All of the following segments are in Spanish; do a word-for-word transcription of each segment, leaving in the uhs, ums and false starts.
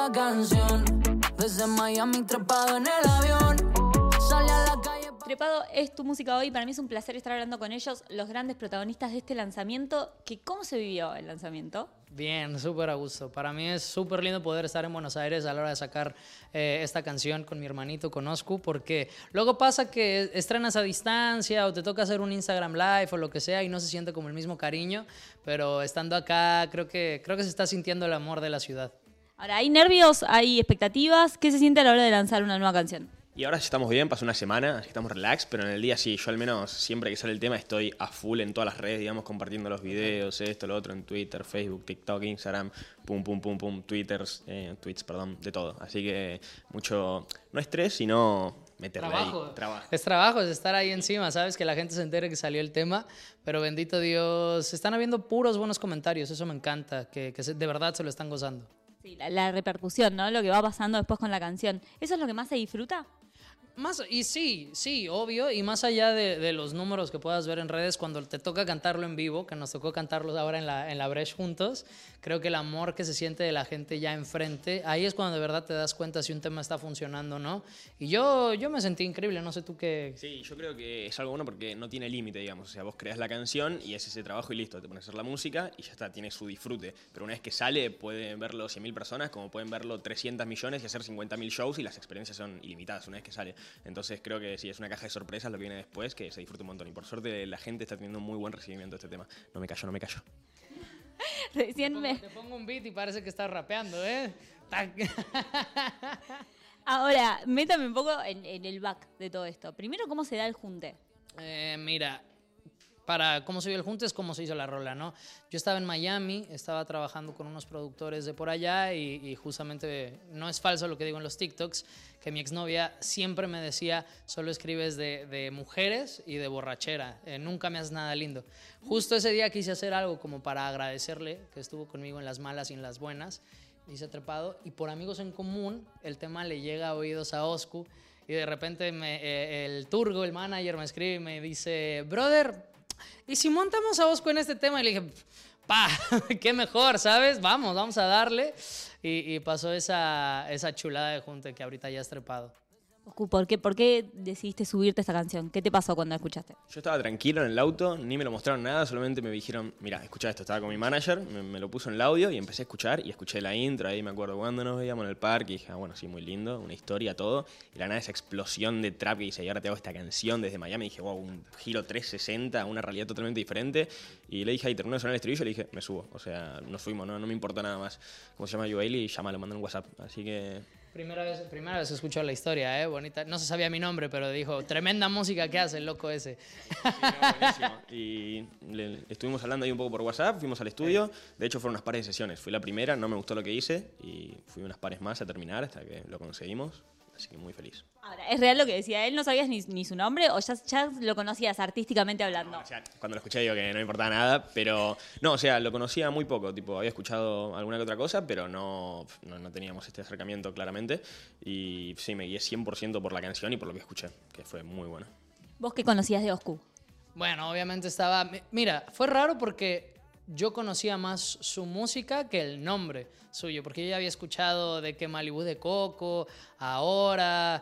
nueva canción. Desde Miami trepado en el avión. Sale a la calle. Trepado es tu música hoy. Para mí es un placer estar hablando con ellos, los grandes protagonistas de este lanzamiento. Que, ¿cómo se vivió el lanzamiento? Bien, súper a gusto. Para mí es súper lindo poder estar en Buenos Aires a la hora de sacar eh, esta canción con mi hermanito, con Oscu, porque luego pasa que estrenas a distancia o te toca hacer un Instagram Live o lo que sea y no se siente como el mismo cariño, pero estando acá creo que, creo que se está sintiendo el amor de la ciudad. Ahora, ¿hay nervios? ¿Hay expectativas? ¿Qué se siente a la hora de lanzar una nueva canción? Y ahora sí estamos bien, pasó una semana, así que estamos relax, pero en el día sí, yo al menos siempre que sale el tema estoy a full en todas las redes, digamos, compartiendo los videos, esto, lo otro, en Twitter, Facebook, TikTok, Instagram, pum, pum, pum, pum, Twitters, eh, tweets, perdón, de todo. Así que mucho, no estrés, sino meterle Trabajo. ahí. Trabajo. Es trabajo, es estar ahí encima, ¿sabes? Que la gente se entere que salió el tema, pero bendito Dios, están habiendo puros buenos comentarios, eso me encanta, que, que se, de verdad se lo están gozando. Sí, la, la repercusión, ¿no? Lo que va pasando después con la canción. ¿Eso es lo que más se disfruta? Más, y sí, sí, obvio, y más allá de, de los números que puedas ver en redes, cuando te toca cantarlo en vivo, que nos tocó cantarlo ahora en la, en la Breche juntos, creo que el amor que se siente de la gente ya enfrente, ahí es cuando de verdad te das cuenta si un tema está funcionando o no. Y yo, yo me sentí increíble, no sé tú qué... Sí, yo creo que es algo bueno porque no tiene límite, digamos. O sea, vos creas la canción y es ese trabajo y listo, te pones a hacer la música y ya está, tiene su disfrute. Pero una vez que sale, pueden verlo cien mil personas, como pueden verlo trescientos millones y hacer cincuenta mil shows y las experiencias son ilimitadas una vez que sale. Entonces creo que sí, es una caja de sorpresas lo que viene después, que se disfruta un montón. Y por suerte la gente está teniendo un muy buen recibimiento de este tema. No me callo, no me callo. Recién Te pongo, me... te pongo un beat y parece que estás rapeando, ¿eh? Tac. Ahora, métame un poco en, en el back de todo esto. Primero, ¿cómo se da el junte? Eh, mira, para cómo se vio el junte es cómo se hizo la rola, ¿no? Yo estaba en Miami, estaba trabajando con unos productores de por allá y, y justamente no es falso lo que digo en los TikToks, que mi exnovia siempre me decía, solo escribes de, de mujeres y de borrachera, eh, nunca me haces nada lindo. Justo ese día quise hacer algo como para agradecerle que estuvo conmigo en las malas y en las buenas, hice Trepado y por amigos en común el tema le llega a oídos a Oscu y de repente me, eh, el Turgo, el manager, me escribe y me dice, brother, ¿y si montamos a Oscu en este tema? Y le dije, pa, qué mejor, ¿sabes? Vamos, vamos a darle. Y, y pasó esa, esa chulada de junte que ahorita ya es Trepado. ¿Por qué, ¿Por qué decidiste subirte esta canción? ¿Qué te pasó cuando la escuchaste? Yo estaba tranquilo en el auto, ni me lo mostraron nada, solamente me dijeron, mira, escucha esto, estaba con mi manager, me, me lo puso en el audio y empecé a escuchar y escuché la intro, ahí me acuerdo cuando nos veíamos en el parque y dije, ah, bueno, sí, muy lindo, una historia, todo, y la nada esa explosión de trap que dice, y ahora te hago esta canción desde Miami, y dije, wow, un giro trescientos sesenta, una realidad totalmente diferente, y le dije, ahí terminó de sonar el estribillo, le dije, me subo, o sea, nos fuimos, no, no me importa nada más. ¿Cómo se llama Yoeli? Y llámalo, mandó un WhatsApp, así que... Primera vez, primera vez escucho la historia, ¿eh? Bonita. No se sabía mi nombre, pero dijo, tremenda música que hace el loco ese. Sí, no, buenísimo. Y le, estuvimos hablando ahí un poco por WhatsApp, fuimos al estudio. De hecho, fueron unas pares de sesiones. Fui la primera, no me gustó lo que hice. Y fui unas pares más a terminar hasta que lo conseguimos. Así que muy feliz. Ahora, ¿es real lo que decía él? ¿No sabías ni, ni su nombre o ya, ya lo conocías artísticamente hablando? No, o sea, cuando lo escuché digo que no me importaba nada, pero... No, o sea, lo conocía muy poco. Tipo, había escuchado alguna que otra cosa, pero no, no, no teníamos este acercamiento claramente. Y sí, me guié cien por ciento por la canción y por lo que escuché, que fue muy bueno. ¿Vos qué conocías de Oscu? Bueno, obviamente estaba... Mira, fue raro porque yo conocía más su música que el nombre suyo, porque yo ya había escuchado de que Malibú de Coco, Ahora,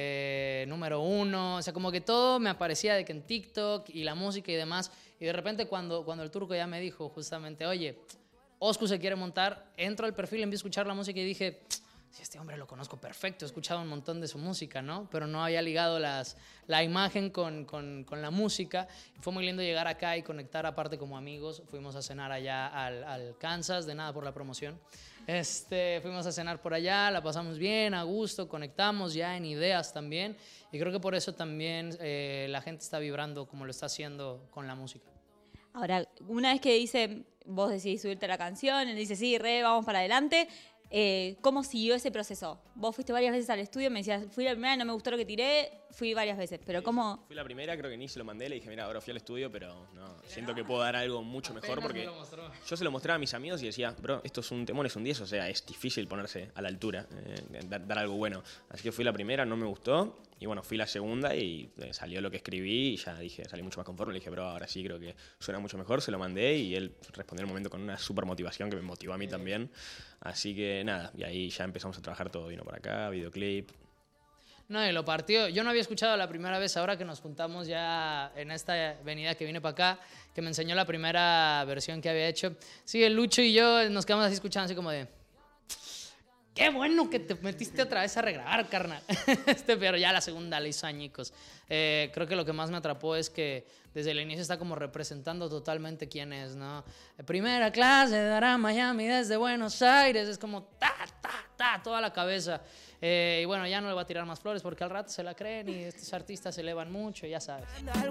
eh, Número Uno, o sea, como que todo me aparecía de que en TikTok y la música y demás, y de repente cuando, cuando el Turco ya me dijo justamente, oye, Oscu se quiere montar, entro al perfil, empiezo a escuchar la música y dije... Sí, este hombre lo conozco perfecto, he escuchado un montón de su música, ¿no? Pero no había ligado las, la imagen con, con, con la música. Fue muy lindo llegar acá y conectar aparte como amigos. Fuimos a cenar allá al, al Kansas, de nada por la promoción. Este, fuimos a cenar por allá, la pasamos bien, a gusto, conectamos ya en ideas también. Y creo que por eso también eh, la gente está vibrando como lo está haciendo con la música. Ahora, una vez que dice, vos decidís subirte a la canción, él dice, sí, re, vamos para adelante... Eh, ¿Cómo siguió ese proceso? Vos fuiste varias veces al estudio, me decías, fui la primera, no me gustó lo que tiré, fui varias veces, pero sí, ¿cómo? Fui la primera, creo que ni se lo mandé, le dije, mira, ahora fui al estudio, pero no, siento que puedo dar algo mucho mejor porque yo se lo mostraba a mis amigos y decía, bro, esto es un temón, es un diez, o sea, es difícil ponerse a la altura, eh, dar, dar algo bueno. Así que fui la primera, no me gustó, y bueno, fui la segunda y eh, salió lo que escribí y ya dije, salí mucho más conforme, le dije, bro, ahora sí creo que suena mucho mejor, se lo mandé y él respondió en el momento con una súper motivación que me motivó a mí también. Así que Eh, nada, y ahí ya empezamos a trabajar todo. Vino para acá, videoclip. No, y lo partió. Yo no había escuchado la primera vez, ahora que nos juntamos ya en esta venida que vine para acá, que me enseñó la primera versión que había hecho. Sí, el Lucho y yo nos quedamos así escuchando, así como de... ¡Qué bueno que te metiste otra vez a regrabar, carnal! Este, pero ya la segunda le hizo añicos. Eh, creo que lo que más me atrapó es que desde el inicio está como representando totalmente quién es, ¿no? Primera clase de Dará Miami desde Buenos Aires. Es como ta, ta, ta, toda la cabeza. Eh, y bueno, ya no le voy a tirar más flores porque al rato se la creen y estos artistas se elevan mucho, ya sabes.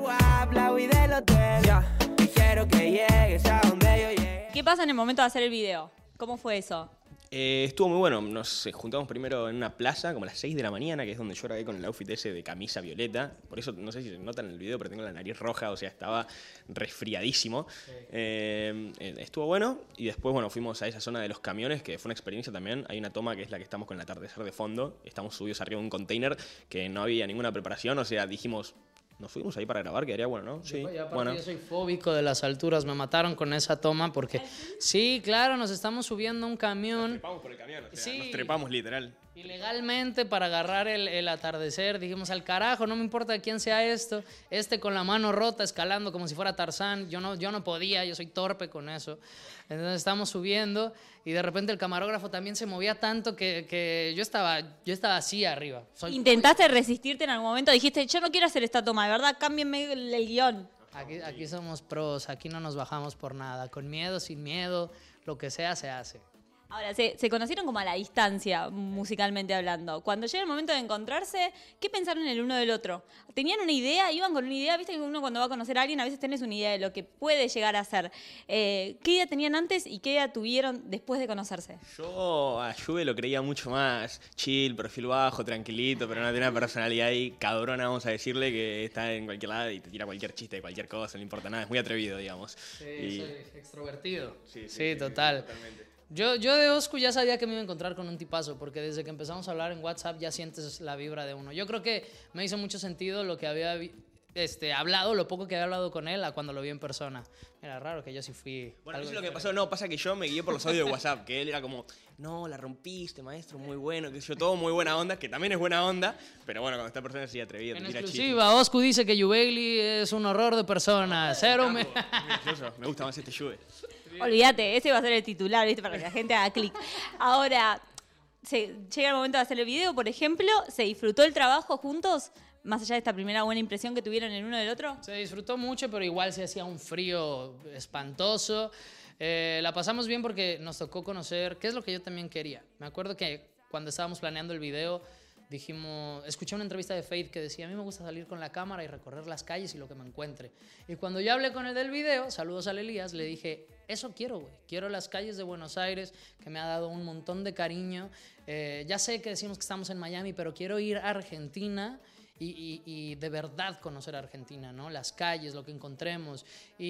¿Qué pasa en el momento de hacer el video? ¿Cómo fue eso? Eh, estuvo muy bueno. Nos eh, juntamos primero en una plaza, como a las seis de la mañana, que es donde yo grabé con el outfit ese de camisa violeta. Por eso, no sé si se nota en el video, pero tengo la nariz roja, o sea, estaba resfriadísimo. Sí. Eh, eh, estuvo bueno. Y después, bueno, fuimos a esa zona de los camiones, que fue una experiencia también. Hay una toma que es la que estamos con el atardecer de fondo. Estamos subidos arriba de un container que no había ninguna preparación, o sea, dijimos... Nos fuimos ahí para grabar, quedaría bueno, ¿no? Sí. Yo, aparte bueno. Yo soy fóbico de las alturas, me mataron con esa toma porque... Sí, claro, nos estamos subiendo a un camión. Nos trepamos por el camión, o sea, sí, nos trepamos literal. Ilegalmente para agarrar el, el atardecer, dijimos al carajo, no me importa de quién sea esto, este con la mano rota escalando como si fuera Tarzán, yo no, yo no podía, yo soy torpe con eso. Entonces estamos subiendo y de repente el camarógrafo también se movía tanto que, que yo, estaba, yo estaba así arriba. Soy... ¿Intentaste resistirte en algún momento? Dijiste, yo no quiero hacer esta toma, de verdad, cámbienme el, el guión. Aquí, aquí somos pros, aquí no nos bajamos por nada, con miedo, sin miedo, lo que sea se hace. Ahora, se, se conocieron como a la distancia, musicalmente hablando. Cuando llega el momento de encontrarse, ¿qué pensaron el uno del otro? ¿Tenían una idea? ¿Iban con una idea? Viste que uno cuando va a conocer a alguien a veces tenés una idea de lo que puede llegar a ser. Eh, ¿Qué idea tenían antes y qué idea tuvieron después de conocerse? Yo a Juve lo creía mucho más chill, perfil bajo, tranquilito, pero no tiene una personalidad ahí cabrona, vamos a decirle, que está en cualquier lado y te tira cualquier chiste de cualquier cosa, no le importa nada, es muy atrevido, digamos. Sí, y... soy extrovertido. Sí, sí, sí, sí total. Totalmente. Yo, yo de Oscu ya sabía que me iba a encontrar con un tipazo, porque desde que empezamos a hablar en WhatsApp ya sientes la vibra de uno. Yo creo que me hizo mucho sentido lo que había este, hablado, lo poco que había hablado con él, a cuando lo vi en persona. Era raro que yo sí fui... Bueno, eso es lo que pasó. No, pasa que yo me guié por los audios de WhatsApp, que él era como, no, la rompiste, maestro, muy bueno, que yo, todo muy buena onda, que también es buena onda, pero bueno, cuando esta persona es así atrevida, En te tira exclusiva, Oscu dice que Jubaili es un horror de persona. Cero me... Me gusta más este Juve. Olvídate, ese va a ser el titular, ¿viste? Para que la gente haga clic. Ahora, se, llega el momento de hacer el video, por ejemplo, ¿se disfrutó el trabajo juntos? Más allá de esta primera buena impresión que tuvieron el uno del otro. Se disfrutó mucho, pero igual se hacía un frío espantoso. Eh, la pasamos bien porque nos tocó conocer, qué es lo que yo también quería. Me acuerdo que cuando estábamos planeando el video, dijimos, escuché una entrevista de Faith que decía, a mí me gusta salir con la cámara y recorrer las calles y lo que me encuentre. Y cuando yo hablé con él del video, saludos a Elías, le dije, eso quiero, güey. Quiero las calles de Buenos Aires, que me ha dado un montón de cariño. Eh, ya sé que decimos que estamos en Miami, pero quiero ir a Argentina y, y, y de verdad conocer Argentina, ¿no? Las calles, lo que encontremos.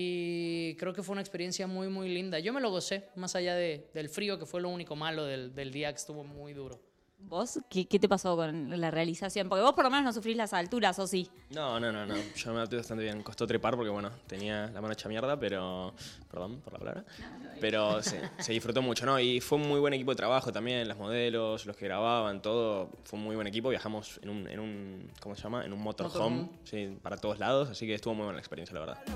Y creo que fue una experiencia muy, muy linda. Yo me lo gocé, más allá de, del frío, que fue lo único malo del, del día, que estuvo muy duro. ¿Vos? ¿Qué, ¿Qué te pasó con la realización? Porque vos por lo menos no sufrís las alturas, ¿o sí? No, no, no, no. Yo me adapté bastante bien. Costó trepar porque, bueno, tenía la mano hecha mierda, pero... Perdón por la palabra. Pero se, se disfrutó mucho, ¿no? Y fue un muy buen equipo de trabajo también. Las modelos, los que grababan, todo. Fue un muy buen equipo. Viajamos en un... En un ¿cómo se llama? En un motorhome. Motorhome. Sí, para todos lados. Así que estuvo muy buena la experiencia, la verdad.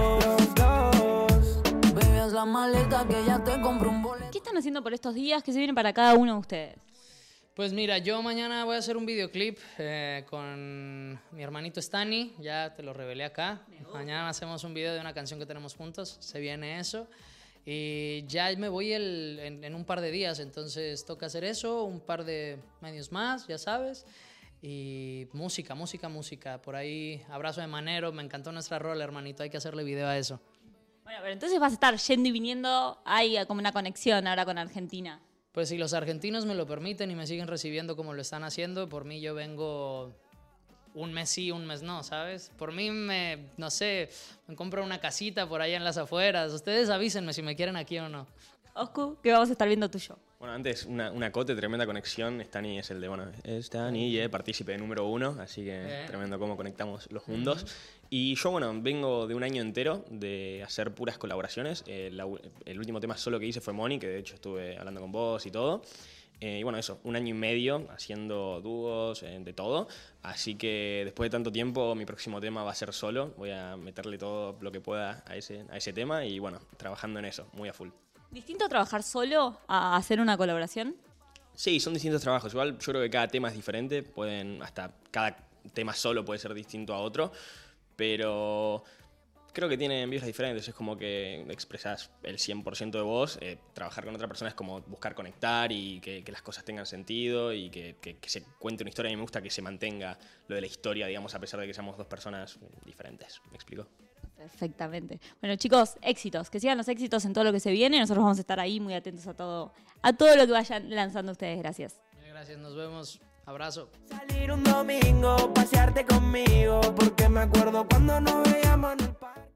¿Qué están haciendo por estos días? ¿Qué se vienen para cada uno de ustedes? Pues mira, yo mañana voy a hacer un videoclip eh, con mi hermanito Stani, ya te lo revelé acá. Mañana hacemos un video de una canción que tenemos juntos, se viene eso. Y ya me voy el, en, en un par de días, entonces toca hacer eso, un par de medios más, ya sabes. Y música, música, música. Por ahí, abrazo de Manero, me encantó nuestra rola, hermanito, hay que hacerle video a eso. Bueno, pero entonces vas a estar yendo y viniendo, hay como una conexión ahora con Argentina. Pues si los argentinos me lo permiten y me siguen recibiendo como lo están haciendo, por mí yo vengo un mes sí, un mes no, ¿sabes? Por mí me, no sé, me compro una casita por allá en las afueras. Ustedes avísenme si me quieren aquí o no. Oscu, que vamos a estar viendo tu show. Bueno, antes, una, una cote, tremenda conexión. Stani es el de, bueno, Stani, eh, partícipe número uno, así que Eh. tremendo cómo conectamos los mundos. Y yo, bueno, vengo de un año entero de hacer puras colaboraciones. Eh, la- el último tema solo que hice fue Moni, que de hecho estuve hablando con vos y todo. Eh, y bueno, eso, un año y medio haciendo dúos, eh, de todo. Así que después de tanto tiempo, mi próximo tema va a ser solo. Voy a meterle todo lo que pueda a ese, a ese tema y bueno, trabajando en eso, muy a full. ¿Distinto trabajar solo a hacer una colaboración? Sí, son distintos trabajos. Igual yo creo que cada tema es diferente. Pueden, hasta cada tema solo puede ser distinto a otro. Pero creo que tienen vibras diferentes. Es como que expresas el cien por ciento de vos. Eh, trabajar con otra persona es como buscar conectar y que, que las cosas tengan sentido y que, que- que se cuente una historia. A mí me gusta que se mantenga lo de la historia, digamos, a pesar de que seamos dos personas diferentes. ¿Me explico? Perfectamente. Bueno, chicos, éxitos. Que sigan los éxitos en todo lo que se viene. Nosotros vamos a estar ahí muy atentos a todo, a todo lo que vayan lanzando ustedes. Gracias. Gracias, nos vemos. Abrazo. Salir un domingo, pasearte conmigo, porque me acuerdo cuando nos veíamos en el parque.